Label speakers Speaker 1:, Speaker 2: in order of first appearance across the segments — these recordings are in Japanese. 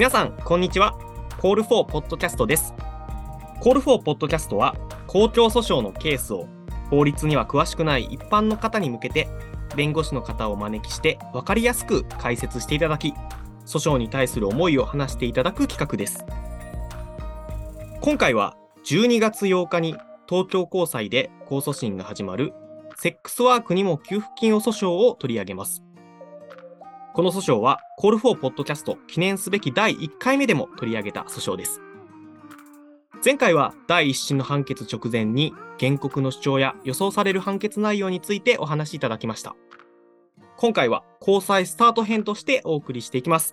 Speaker 1: 皆さんこんにちは。コールフォーポッドキャストです。コールフォーポッドキャストは公共訴訟のケースを法律には詳しくない一般の方に向けて弁護士の方をお招きして分かりやすく解説していただき、訴訟に対する思いを話していただく企画です。今回は12月8日に東京高裁で控訴審が始まるセックスワークにも給付金を訴訟を取り上げます。この訴訟はコールフォーポッドキャスト記念すべき第1回目でも取り上げた訴訟です。前回は第一審の判決直前に原告の主張や予想される判決内容についてお話しいただきました。今回は高裁スタート編としてお送りしていきます。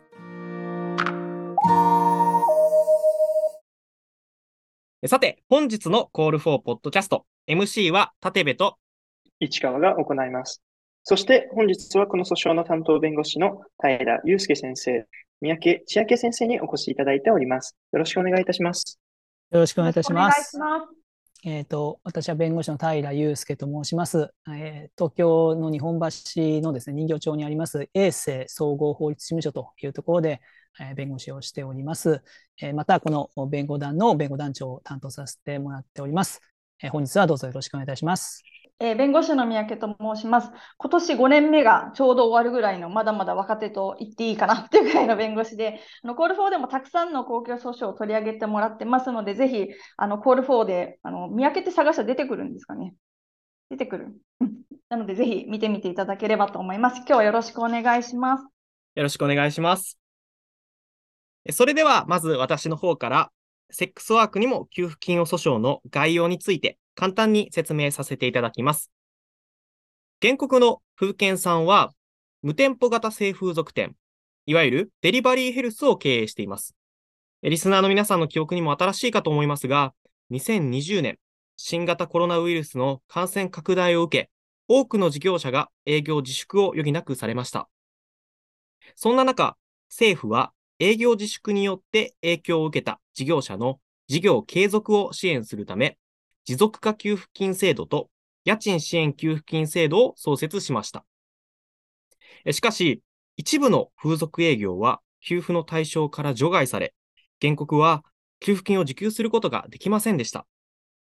Speaker 1: さて、本日のコールフォーポッドキャスト MC は立部と
Speaker 2: 市川が行います。そして本日はこの訴訟の担当弁護士の平祐介先生、三宅千秋先生にお越しいただいております。よろしくお願いいたします。
Speaker 3: よろしくお願いいたします。私は弁護士の平祐介と申します。東京の日本橋のですね、人形町にあります永世総合法律事務所というところで弁護士をしております。またこの弁護団の弁護団長を担当させてもらっております。本日はどうぞよろしくお願いいたします。
Speaker 4: 弁護士の三宅と申します。今年5年目がちょうど終わるぐらいのまだまだ若手と言っていいかなっていうぐらいの弁護士で、コール4でもたくさんの公共訴訟を取り上げてもらってますので、ぜひコール4で三宅って探したら出てくるんですかね。出てくる。なのでぜひ見てみていただければと思います。今日はよろしくお願いします。
Speaker 1: よろしくお願いします。それではまず私の方からセックスワークにも給付金を訴訟の概要について簡単に説明させていただきます。原告の風健さんは無店舗型性風俗店、いわゆるデリバリーヘルスを経営しています。リスナーの皆さんの記憶にも新しいかと思いますが、2020年、新型コロナウイルスの感染拡大を受け、多くの事業者が営業自粛を余儀なくされました。そんな中、政府は営業自粛によって影響を受けた事業者の事業継続を支援するため、持続化給付金制度と家賃支援給付金制度を創設しました。しかし、一部の風俗営業は給付の対象から除外され、原告は給付金を受給することができませんでした。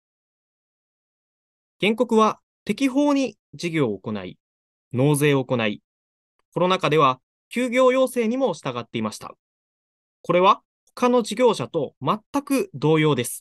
Speaker 1: 原告は適法に事業を行い、納税を行い、コロナ禍では休業要請にも従っていました。これは他の事業者と全く同様です。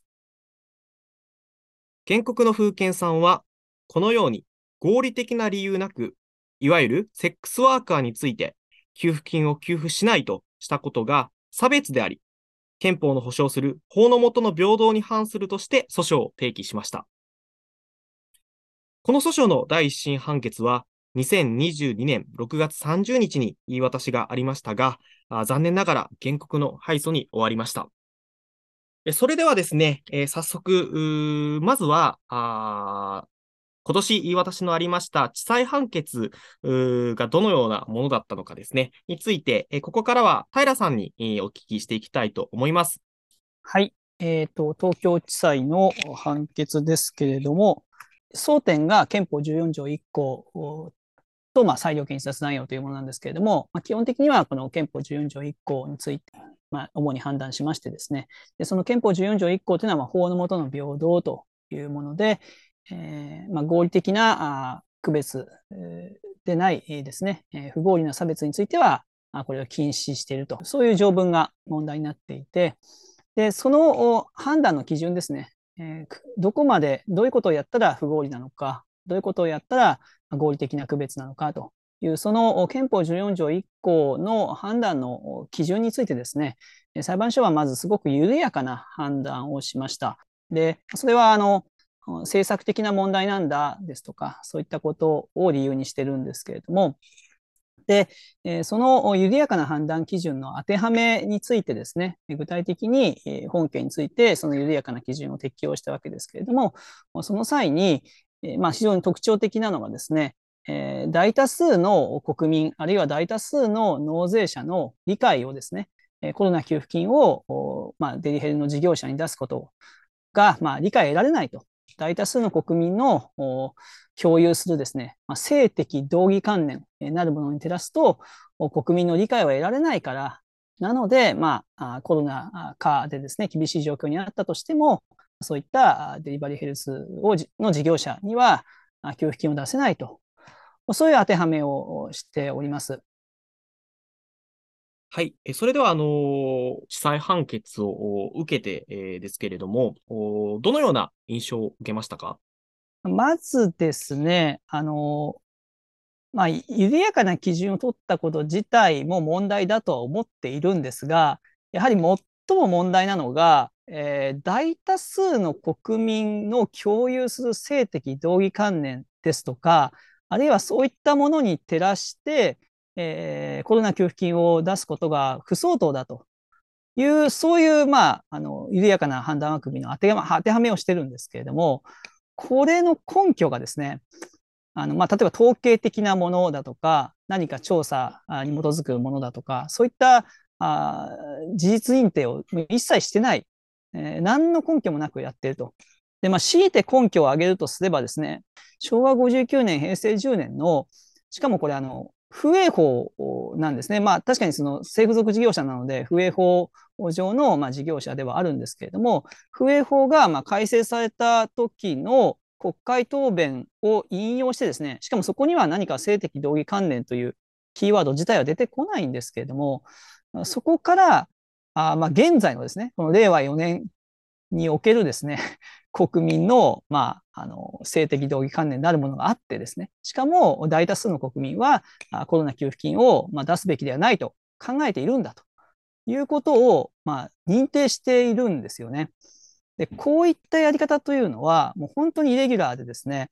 Speaker 1: 原告の風健さんは、このように合理的な理由なく、いわゆるセックスワーカーについて給付金を給付しないとしたことが差別であり、憲法の保障する法の下の平等に反するとして訴訟を提起しました。この訴訟の第一審判決は、2022年6月30日に言い渡しがありましたが、残念ながら原告の敗訴に終わりました。それではですね、早速、まずは、今年言い渡しのありました地裁判決がどのようなものだったのかですね、について、ここからは平さんにお聞きしていきたいと思います。
Speaker 3: はい。東京地裁の判決ですけれども、争点が憲法14条1項と、裁量権逸脱内容というものなんですけれども、基本的にはこの憲法14条1項について、主に判断しましてですね、でその憲法14条1項というのは法の下の平等というもので、合理的な区別でないですね、不合理な差別については、これを禁止していると、そういう条文が問題になっていて、でその判断の基準ですね、どこまでどういうことをやったら不合理なのか、どういうことをやったら合理的な区別なのかという、その憲法14条1項の判断の基準についてですね、裁判所はまずすごく緩やかな判断をしました。で、それは政策的な問題なんだですとか、そういったことを理由にしてるんですけれども、で、その緩やかな判断基準の当てはめについてですね、具体的に本件についてその緩やかな基準を適用したわけですけれども、その際に、非常に特徴的なのがですね、大多数の国民、あるいは大多数の納税者の理解をですね、コロナ給付金を、デリヘルの事業者に出すことが、理解得られないと。大多数の国民の共有するですね、性的道義観念なるものに照らすと、国民の理解は得られないから、 なので、コロナ禍でですね、厳しい状況にあったとしても、そういったデリバリーヘルスの事業者には給付金を出せないと、そういう当てはめをしております。
Speaker 1: はい。それでは、地裁判決を受けて、ですけれども、どのような印象を受けましたか？
Speaker 3: まずですね、緩やかな基準を取ったこと自体も問題だとは思っているんですが、やはり最も問題なのが、大多数の国民の共有する性的道義観念ですとか、あるいはそういったものに照らして、コロナ給付金を出すことが不相当だという、そういう、緩やかな判断枠組みの当てはめをしてるんですけれども、これの根拠がですね、例えば統計的なものだとか、何か調査に基づくものだとか、そういった事実認定を一切してない、何の根拠もなくやっていると。で、強いて根拠を挙げるとすればですね、昭和59年、平成10年の、しかもこれ風営法なんですね。確かにその政府属事業者なので、風営法上の事業者ではあるんですけれども、風営法が改正された時の国会答弁を引用してですね、しかもそこには何か性的道義関連というキーワード自体は出てこないんですけれども、そこから現在のですね、この令和4年におけるですね、国民の、性的道義関連であるものがあってですね、しかも大多数の国民はコロナ給付金を出すべきではないと考えているんだということを、認定しているんですよね。で、こういったやり方というのは、もう本当にイレギュラーでですね、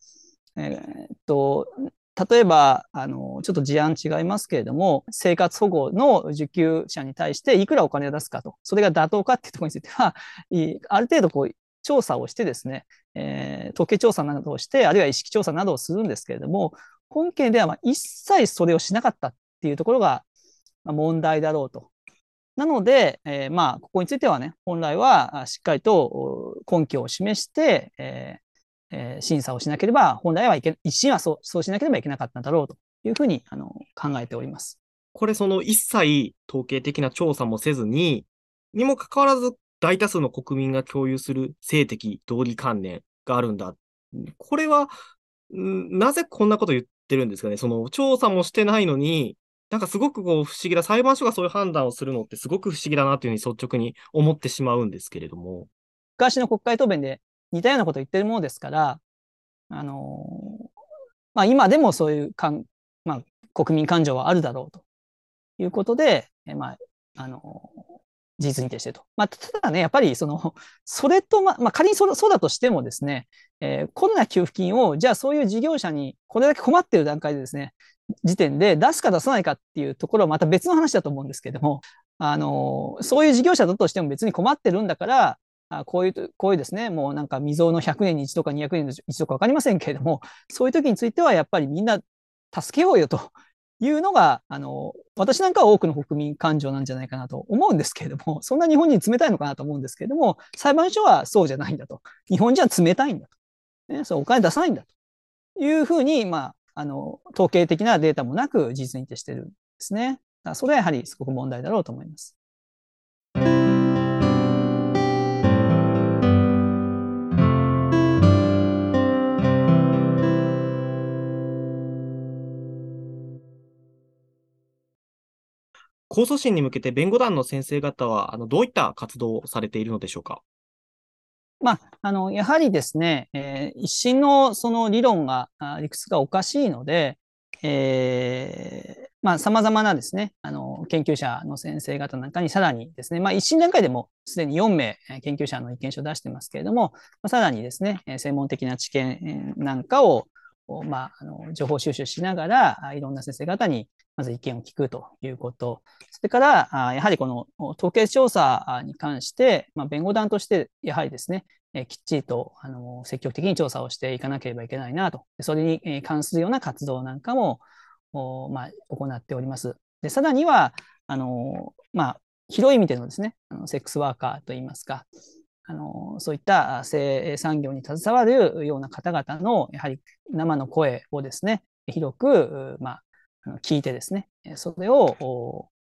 Speaker 3: 例えば、ちょっと事案違いますけれども、生活保護の受給者に対していくらお金を出すかと、それが妥当かっていうところについては、ある程度調査をしてですね、統計調査などをして、あるいは意識調査などをするんですけれども、本件では一切それをしなかったっていうところが問題だろうと。なので、ここについてはね、本来はしっかりと根拠を示して、審査をしなければ、本来は一審はそうしなければいけなかったんだろうというふうに考えております。
Speaker 1: これ、一切統計的な調査もせずにもかかわらず、大多数の国民が共有する性的道義観念があるんだ。これは、なぜこんなこと言ってるんですかね。調査もしてないのに、なんかすごく不思議だ。裁判所がそういう判断をするのってすごく不思議だなというふうに率直に思ってしまうんですけれども。
Speaker 3: 昔の国会答弁で似たようなことを言ってるものですから、今でもそういう国民感情はあるだろうということで、事実認定していると。ただね、やっぱりそれと、仮にそうだとしてもですね、コロナ給付金を、じゃあそういう事業者にこれだけ困っている段階でですね、時点で出すか出さないかっていうところはまた別の話だと思うんですけれども、そういう事業者だとしても別に困ってるんだから、こういうですね、もうなんか未曾有の100年に一度か200年に一度か分かりませんけれども、そういう時についてはやっぱりみんな助けようよというのが、私なんかは多くの国民感情なんじゃないかなと思うんですけれども、そんな日本人冷たいのかなと思うんですけれども、裁判所はそうじゃないんだと。日本人は冷たいんだと。ね、そうお金出さないんだというふうに、統計的なデータもなく事実認定してるんですね。それはやはりすごく問題だろうと思います。
Speaker 1: 控訴審に向けて弁護団の先生方は、どういった活動をされているのでしょうか？
Speaker 3: やはりですね、一審のその理屈がおかしいので、様々なですね、研究者の先生方なんかにさらにですね、一審段階でもすでに4名研究者の意見書を出してますけれども、さらにですね、専門的な知見なんかを情報収集しながら、いろんな先生方にまず意見を聞くということ。それから、やはりこの統計調査に関して、弁護団としてやはりですね、きっちりと積極的に調査をしていかなければいけないなと。それに関するような活動なんかも行っております。で、さらには、広い意味でのですね、セックスワーカーといいますか、そういった性産業に携わるような方々のやはり生の声をですね、広く、聞いてですね、それを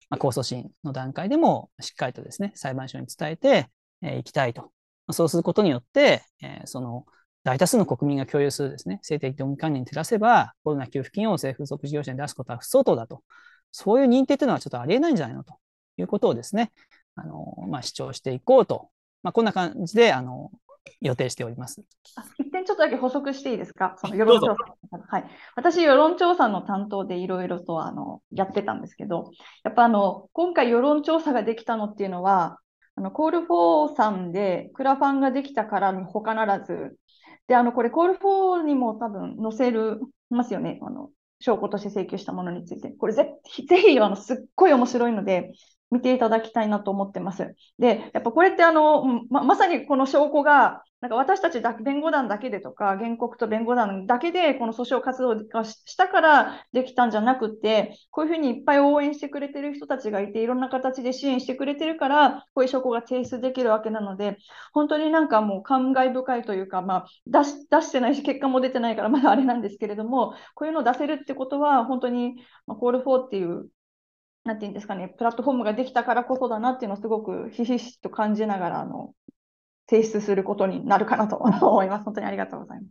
Speaker 3: 控訴審の段階でもしっかりとですね、裁判所に伝えていきたいと。そうすることによって、その大多数の国民が共有するですね、性的同意管理に照らせば、コロナ給付金を性風俗事業者に出すことは不相当だと。そういう認定というのはちょっとありえないんじゃないのということをですね、主張していこうと。こんな感じで、予定しております。
Speaker 4: 一点ちょっとだけ補足していいですか？その世
Speaker 1: どうぞ。
Speaker 4: 論調査。はい。私、世論調査の担当でいろいろとやってたんですけど、やっぱ今回世論調査ができたのっていうのは、コールフォーさんでクラファンができたからに他ならず、で、これコールフォーにも多分載せますよね。証拠として請求したものについて。これぜひ、すっごい面白いので、見ていただきたいなと思ってます。で、やっぱこれってまさにこの証拠が、なんか私たち弁護団だけでとか、原告と弁護団だけでこの訴訟活動がしたからできたんじゃなくて、こういうふうにいっぱい応援してくれてる人たちがいて、いろんな形で支援してくれてるから、こういう証拠が提出できるわけなので、本当になんかもう感慨深いというか、出してないし、結果も出てないからまだあれなんですけれども、こういうのを出せるってことは、本当にコールフォーっていう、なんていうんですかね、プラットフォームができたからこそだなっていうのをすごくひしひしと感じながら、提出することになるかなと思います。本当にありがとうございます。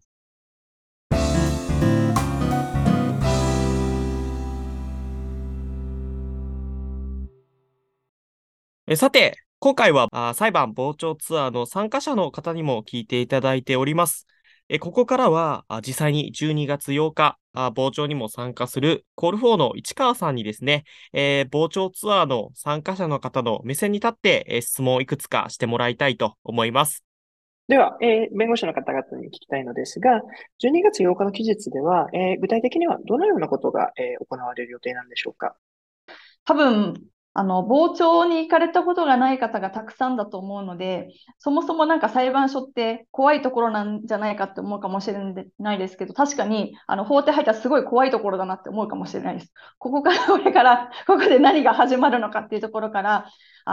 Speaker 1: さて、今回は裁判傍聴ツアーの参加者の方にも聞いていただいております。ここからは実際に12月8日、傍聴にも参加するコール4の市川さんにですね、傍聴ツアーの参加者の方の目線に立って、質問をいくつかしてもらいたいと思います。
Speaker 2: では、弁護士の方々に聞きたいのですが、12月8日の期日では、具体的にはどのようなことが、行われる予定なんでしょうか？
Speaker 4: 多分、傍聴に行かれたことがない方がたくさんだと思うので、そもそもなんか裁判所って怖いところなんじゃないかって思うかもしれないですけど、確かに法廷入ったらすごい怖いところだなって思うかもしれないです。これから、ここで何が始まるのかっていうところから、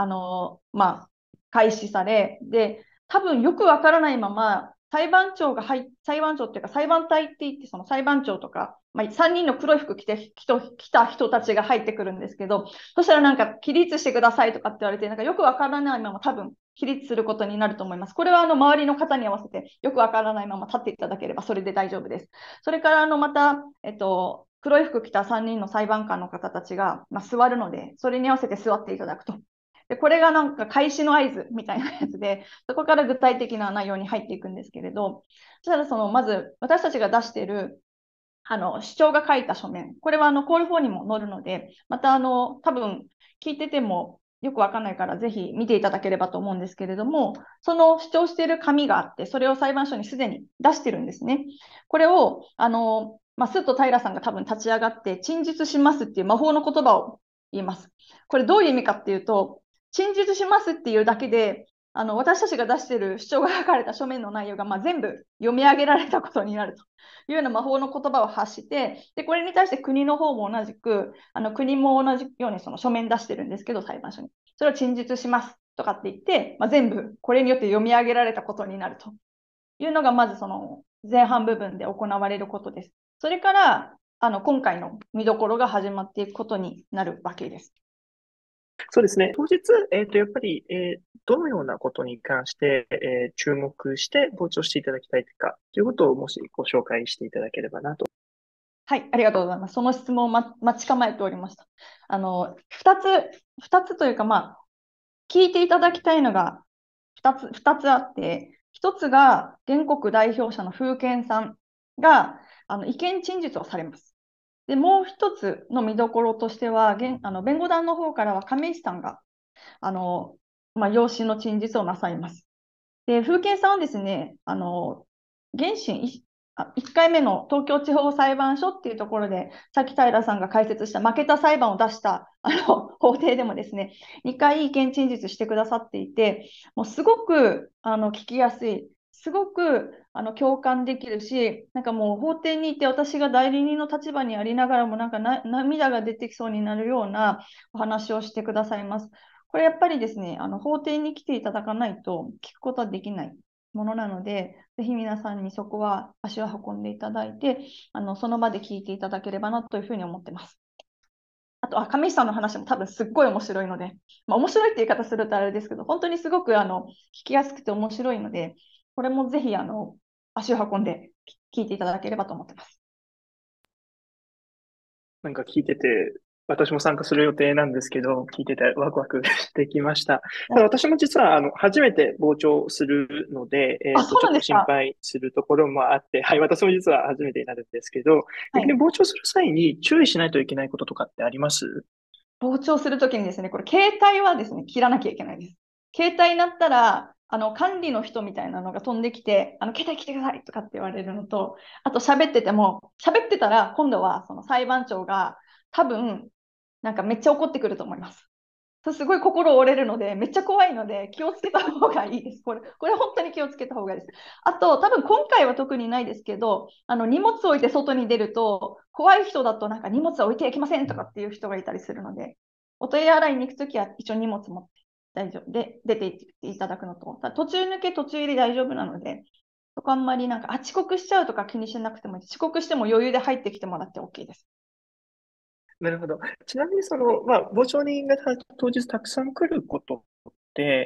Speaker 4: 開始され、で、多分よくわからないまま、裁判長っていうか裁判隊って言って、その裁判長とか、3人の黒い服着た人たちが入ってくるんですけど、そしたらなんか起立してくださいとかって言われて、なんかよくわからないまま多分起立することになると思います。これは周りの方に合わせてよくわからないまま立っていただければそれで大丈夫です。それからまた、黒い服着た3人の裁判官の方たちが、座るので、それに合わせて座っていただくと。で、これがなんか開始の合図みたいなやつで、そこから具体的な内容に入っていくんですけれど、そしたらまず私たちが出している主張が書いた書面、これはコール4にも載るので、また多分聞いててもよくわかんないからぜひ見ていただければと思うんですけれども、その主張している紙があって、それを裁判所にすでに出してるんですね。これを、スッと平さんが多分立ち上がって、陳述しますっていう魔法の言葉を言います。これどういう意味かっていうと、陳述しますっていうだけで、私たちが出している主張が書かれた書面の内容が、全部読み上げられたことになるというような魔法の言葉を発して、でこれに対して国の方も同じく、国も同じようにその書面出してるんですけど、裁判所に。それを陳述しますとかって言って、全部これによって読み上げられたことになるというのが、まずその前半部分で行われることです。それから、今回の見どころが始まっていくことになるわけです。
Speaker 2: そうですね。当日、やっぱり、どのようなことに関して、注目して傍聴していただきたいかということをもしご紹介していただければなと。
Speaker 4: はい、ありがとうございます。その質問を待ち構えておりました。2つというか、聞いていただきたいのが2つあって、1つが原告代表者の風賢さんが意見陳述をされます。で、もう1つの見どころとしては、弁護団の方からは亀石さんが要旨の陳述をなさいます。で、風賢さんはですね、原審1回目の東京地方裁判所っていうところで、さっき平さんが解説した負けた裁判を出した法廷でもですね、2回意見陳述してくださっていて、もうすごく聞きやすい、すごく共感できるし、なんかもう法廷にいて私が代理人の立場にありながらもなんか涙が出てきそうになるようなお話をしてくださいます。これやっぱりですね、法廷に来ていただかないと聞くことはできないものなので、ぜひ皆さんにそこは足を運んでいただいて、その場で聞いていただければなというふうに思ってます。 あと、上石さんの話も多分すっごい面白いので、面白いって言い方するとあれですけど、本当にすごく聞きやすくて面白いので、これもぜひ足を運んで聞いていただければと思ってます。
Speaker 2: なんか聞いてて、私も参加する予定なんですけど、聞いててワクワクしてきました。ただ私も実は、初めて傍聴するので、
Speaker 4: あ、そう
Speaker 2: ちょっと心
Speaker 4: なんですか。
Speaker 2: 配するところもあって、はい、私も実は初めてになるんですけど、
Speaker 4: はい。
Speaker 2: 逆に傍聴する際に注意しないといけないこととかってあります？
Speaker 4: 傍聴するときにですね、これ、携帯はですね、切らなきゃいけないです。携帯になったら、管理の人みたいなのが飛んできて、携帯来てくださいとかって言われるのと、あと喋ってても、喋ってたら、今度はその裁判長が多分、なんかめっちゃ怒ってくると思います。すごい心折れるので、めっちゃ怖いので、気をつけた方がいいです。これ本当に気をつけた方がいいです。あと、多分今回は特にないですけど、荷物を置いて外に出ると、怖い人だとなんか荷物は置いていけませんとかっていう人がいたりするので、お手洗いに行くときは一応荷物持って大丈夫で出ていただくのと、途中抜け、途中入り大丈夫なので、そこあんまりなんか、遅刻しちゃうとか気にしなくてもいい。遅刻しても余裕で入ってきてもらって OK です。
Speaker 2: なるほど。ちなみに傍聴人が当日たくさん来ることって、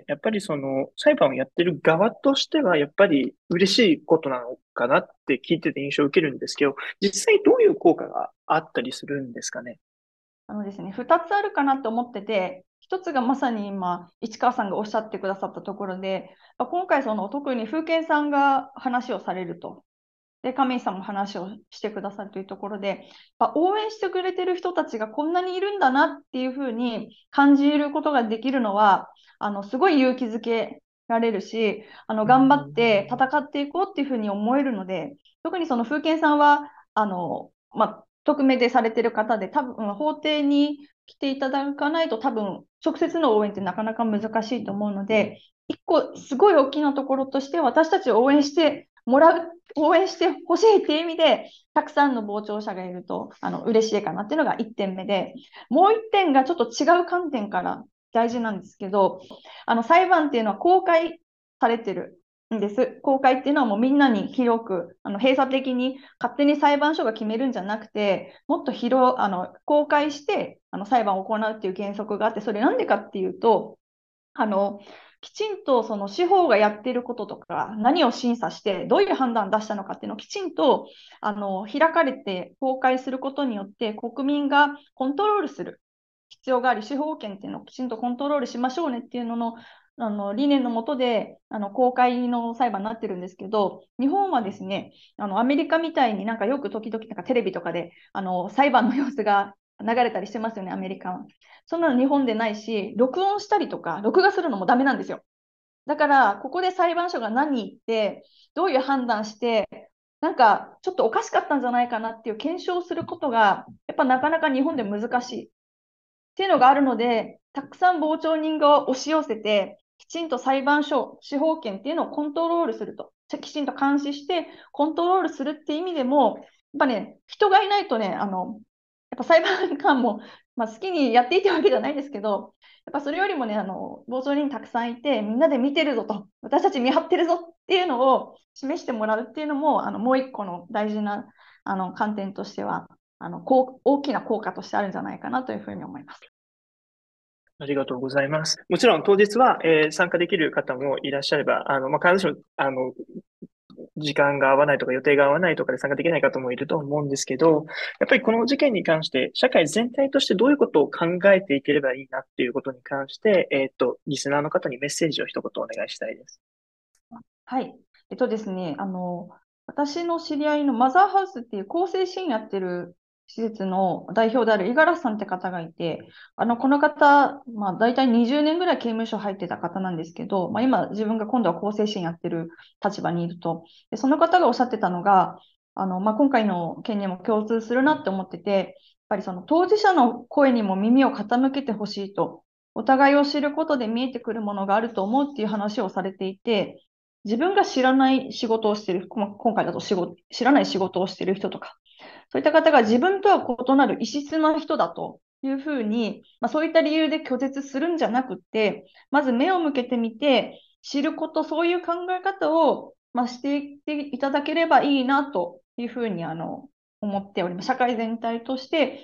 Speaker 2: やっぱり裁判をやってる側としては、やっぱり嬉しいことなのかなって聞いてて印象を受けるんですけど、実際どういう効果があったりするんですかね？
Speaker 4: ですね、2つあるかなと思ってて、1つがまさに今、市川さんがおっしゃってくださったところで、今回特に風見さんが話をされると。で、亀井さんも話をしてくださるというところで、応援してくれてる人たちがこんなにいるんだなっていうふうに感じることができるのは、すごい勇気づけられるし、頑張って戦っていこうっていうふうに思えるので、特にその風見さんは、匿名でされてる方で、多分法廷に来ていただかないと多分直接の応援ってなかなか難しいと思うので、一個すごい大きなところとして私たちを応援してもらう、応援してほしいっていう意味で、たくさんの傍聴者がいると嬉しいかなっていうのが1点目で、もう1点がちょっと違う観点から大事なんですけど、裁判っていうのは公開されてるんです。公開っていうのはもうみんなに広く、閉鎖的に勝手に裁判所が決めるんじゃなくて、もっと公開して裁判を行うっていう原則があって、それなんでかっていうと、きちんとその司法がやっていることとか、何を審査して、どういう判断を出したのかっていうのをきちんと開かれて公開することによって、国民がコントロールする必要があり、司法権っていうのをきちんとコントロールしましょうねっていうのの理念のもとで公開の裁判になってるんですけど、日本はですね、アメリカみたいになんかよく時々なんかテレビとかで裁判の様子が流れたりしてますよね、アメリカは。そんなの日本でないし、録音したりとか、録画するのもダメなんですよ。だから、ここで裁判所が何言って、どういう判断して、なんかちょっとおかしかったんじゃないかなっていう検証することが、やっぱなかなか日本で難しいっていうのがあるので、たくさん傍聴人が押し寄せて、きちんと裁判所、司法権っていうのをコントロールすると、きちんと監視してコントロールするっていう意味でも、やっぱね、人がいないとね、やっぱ裁判官も、好きにやっていたわけじゃないですけど、やっぱそれよりもね、傍聴人たくさんいて、みんなで見てるぞと、私たち見張ってるぞっていうのを示してもらうっていうのも、もう一個の大事な観点としては、大きな効果としてあるんじゃないかなというふうに思います。
Speaker 2: ありがとうございます。もちろん当日は、参加できる方もいらっしゃれば、必ずしも、時間が合わないとか予定が合わないとかで参加できない方もいると思うんですけど、やっぱりこの事件に関して、社会全体としてどういうことを考えていければいいなっていうことに関して、リスナーの方にメッセージを一言お願いしたいです。
Speaker 4: はい。ですね、私の知り合いのマザーハウスっていう更生支援やってる施設の代表である五十嵐さんって方がいて、この方、大体20年ぐらい刑務所入ってた方なんですけど、今自分が今度は更生支援やってる立場にいると。で、その方がおっしゃってたのが、今回の件にも共通するなって思ってて、やっぱりその当事者の声にも耳を傾けてほしいと、お互いを知ることで見えてくるものがあると思うっていう話をされていて、自分が知らない仕事をしている、今回だと知らない仕事をしている人とか、そういった方が自分とは異なる異質な人だというふうに、そういった理由で拒絶するんじゃなくて、まず目を向けてみて、知ること、そういう考え方を、していっていただければいいなというふうに思っております。社会全体として、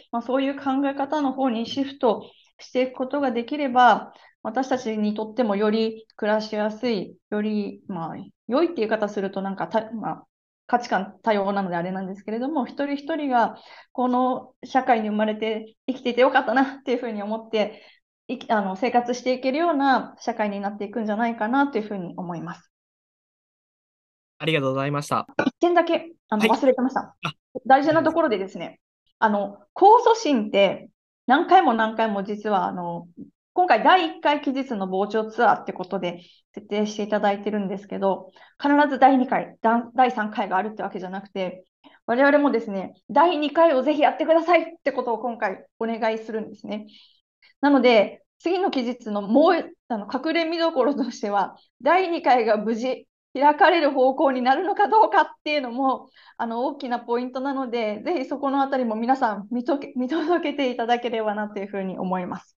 Speaker 4: そういう考え方の方にシフトしていくことができれば、私たちにとってもより暮らしやすい、より、良いっていう言い方すると価値観多様なのであれなんですけれども、一人一人がこの社会に生まれて生きていてよかったなっていうふうに思って生活していけるような社会になっていくんじゃないかなというふうに思います。
Speaker 1: ありがとうございました。
Speaker 4: 一点だけ忘れてました。
Speaker 1: あ、
Speaker 4: 大事なところでですね、控訴審って何回も何回も実は今回第1回期日の傍聴ツアーってことで設定していただいてるんですけど、必ず第2回、第3回があるってわけじゃなくて、我々もですね、第2回をぜひやってくださいってことを今回お願いするんですね。なので、次の期日のもう隠れ見どころとしては、第2回が無事開かれる方向になるのかどうかっていうのも大きなポイントなので、ぜひそこのあたりも皆さん見届けていただければなというふうに思います。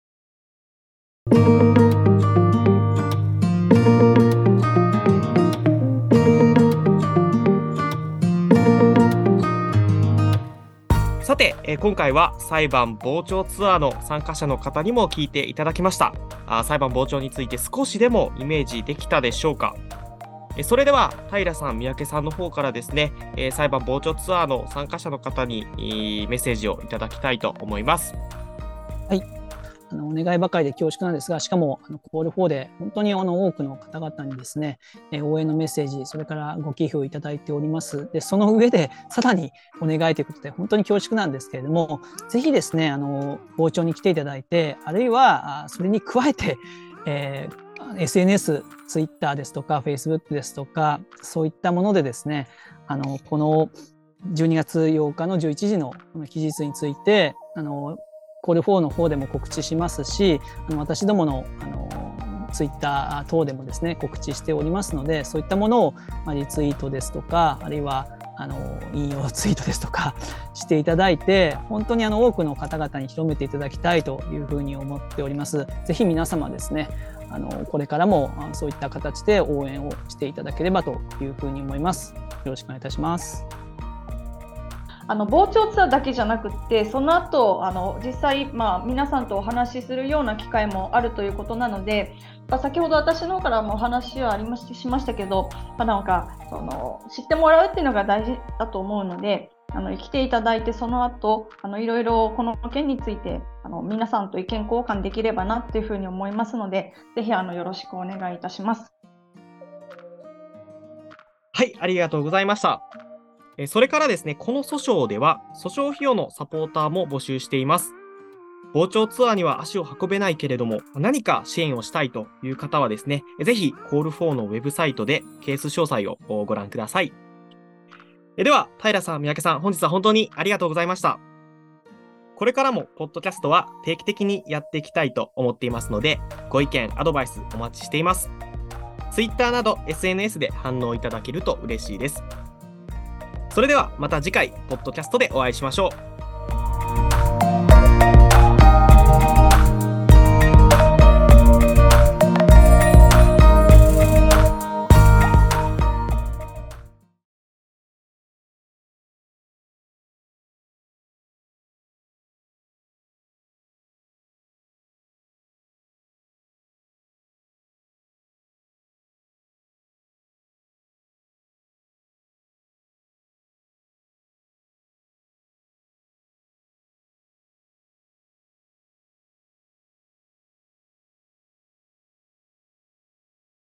Speaker 1: さて、今回は裁判傍聴ツアーの参加者の方にも聞いていただきました。裁判傍聴について少しでもイメージできたでしょうか。それでは平さん、三宅さんの方からですね、裁判傍聴ツアーの参加者の方にメッセージをいただきたいと思います。
Speaker 3: はい、お願いばかりで恐縮なんですが、しかもコール4で本当に多くの方々にですね、応援のメッセージ、それからご寄付をいただいております。で、その上でさらにお願いということで本当に恐縮なんですけれども、ぜひですね、傍聴に来ていただいて、あるいはそれに加えて、SNS、Twitter ですとか Facebook ですとか、そういったものでですね、この12月8日の11時の期日についてコール4の方でも告知しますし、私どものTwitter 等でもですね告知しておりますので、そういったものをリツイートですとか、あるいは引用ツイートですとかしていただいて、本当に多くの方々に広めていただきたいというふうに思っております。ぜひ皆様ですね、これからもそういった形で応援をしていただければというふうに思います。よろしくお願いいたします。
Speaker 4: 傍聴ツアーだけじゃなくって、その後実際、皆さんとお話しするような機会もあるということなので、先ほど私の方からもお話はしましたけど、知ってもらうっていうのが大事だと思うので、来ていただいて、その後いろいろこの件について皆さんと意見交換できればなというふうに思いますので、ぜひよろしくお願いいたします。
Speaker 1: はい、ありがとうございました。それからですね、この訴訟では訴訟費用のサポーターも募集しています。傍聴ツアーには足を運べないけれども、何か支援をしたいという方はですね、ぜひコール4のウェブサイトでケース詳細をご覧ください。では、平さん、三宅さん、本日は本当にありがとうございました。これからもポッドキャストは定期的にやっていきたいと思っていますので、ご意見、アドバイスお待ちしています。Twitter など SNS で反応いただけると嬉しいです。それではまた次回ポッドキャストでお会いしましょう。